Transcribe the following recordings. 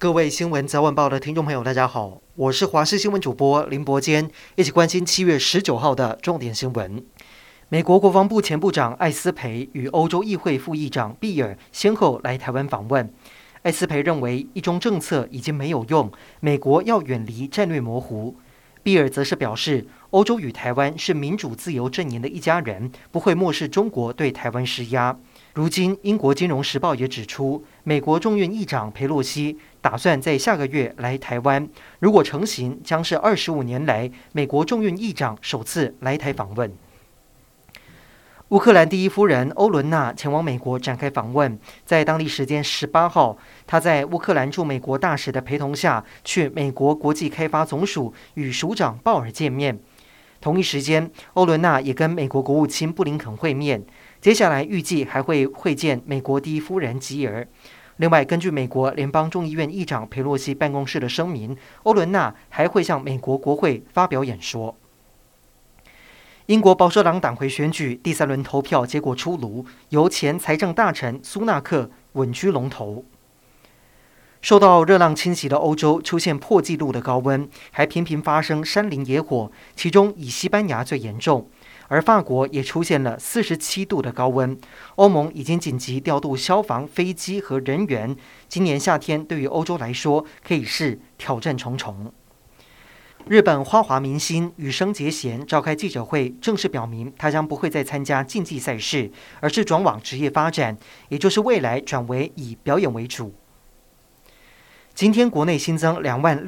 各位新闻早晚报的听众朋友，大家好，我是华视新闻主播林伯坚，一起关心7月19号的重点新闻。美国国防部前部长艾斯培与欧洲议会副议长毕尔先后来台湾访问。艾斯培认为一中政策已经没有用，美国要远离战略模糊。毕尔则是表示，欧洲与台湾是民主自由阵营的一家人，不会漠视中国对台湾施压。如今，英国金融时报也指出，美国众院议长裴洛西打算在下个月来台湾，如果成行，将是25年来美国众院议长首次来台访问。乌克兰第一夫人欧伦娜前往美国展开访问，在当地时间18号，她在乌克兰驻美国大使的陪同下，去美国国际开发总署与署长鲍尔见面。同一时间，欧伦娜也跟美国国务卿布林肯会面，接下来预计还会会见美国第一夫人吉尔。另外，根据美国联邦众议院议长裴洛西办公室的声明，欧伦娜还会向美国国会发表演说。英国保守党党魁选举第3轮投票结果出炉，由前财政大臣苏纳克稳居龙头。受到热浪侵袭的欧洲出现破纪录的高温，还频频发生山林野火，其中以西班牙最严重，而法国也出现了47度的高温。欧盟已经紧急调度消防、飞机和人员。今年夏天对于欧洲来说可以是挑战重重。日本花滑明星羽生结弦召开记者会，正式表明他将不会再参加竞技赛事，而是转往职业发展，也就是未来转为以表演为主。今天国内新增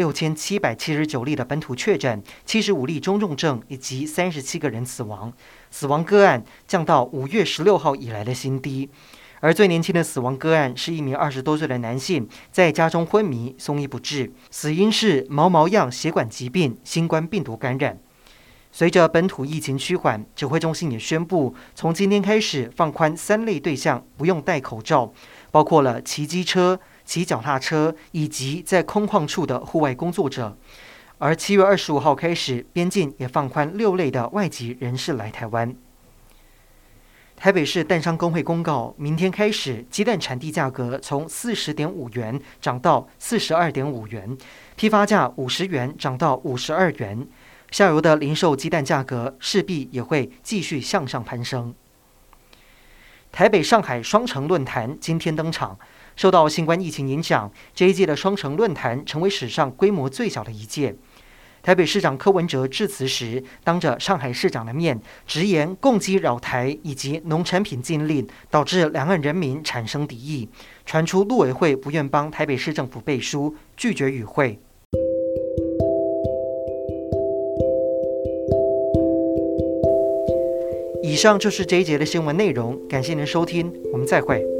26779例的本土确诊，75例中重症，以及37个人死亡，死亡个案降到5月16号以来的新低。而最年轻的死亡个案是一名20多岁的男性，在家中昏迷，送医不治，死因是毛毛样血管疾病、新冠病毒感染。随着本土疫情趋缓，指挥中心也宣布，从今天开始放宽3类对象不用戴口罩，包括了骑机车、骑脚踏车以及在空旷处的户外工作者。而7月25号开始，边境也放宽6类的外籍人士来台湾。台北市蛋商工会公告，明天开始，鸡蛋产地价格从40.5元涨到42.5元，批发价50元涨到52元，下游的零售鸡蛋价格势必也会继续向上攀升。台北上海双城论坛今天登场，受到新冠疫情影响，这一届的双城论坛成为史上规模最小的一届。台北市长柯文哲致辞时，当着上海市长的面，直言共机扰台以及农产品禁令导致两岸人民产生敌意，传出陆委会不愿帮台北市政府背书，拒绝与会。以上就是这一节的新闻内容，感谢您的收听，我们再会。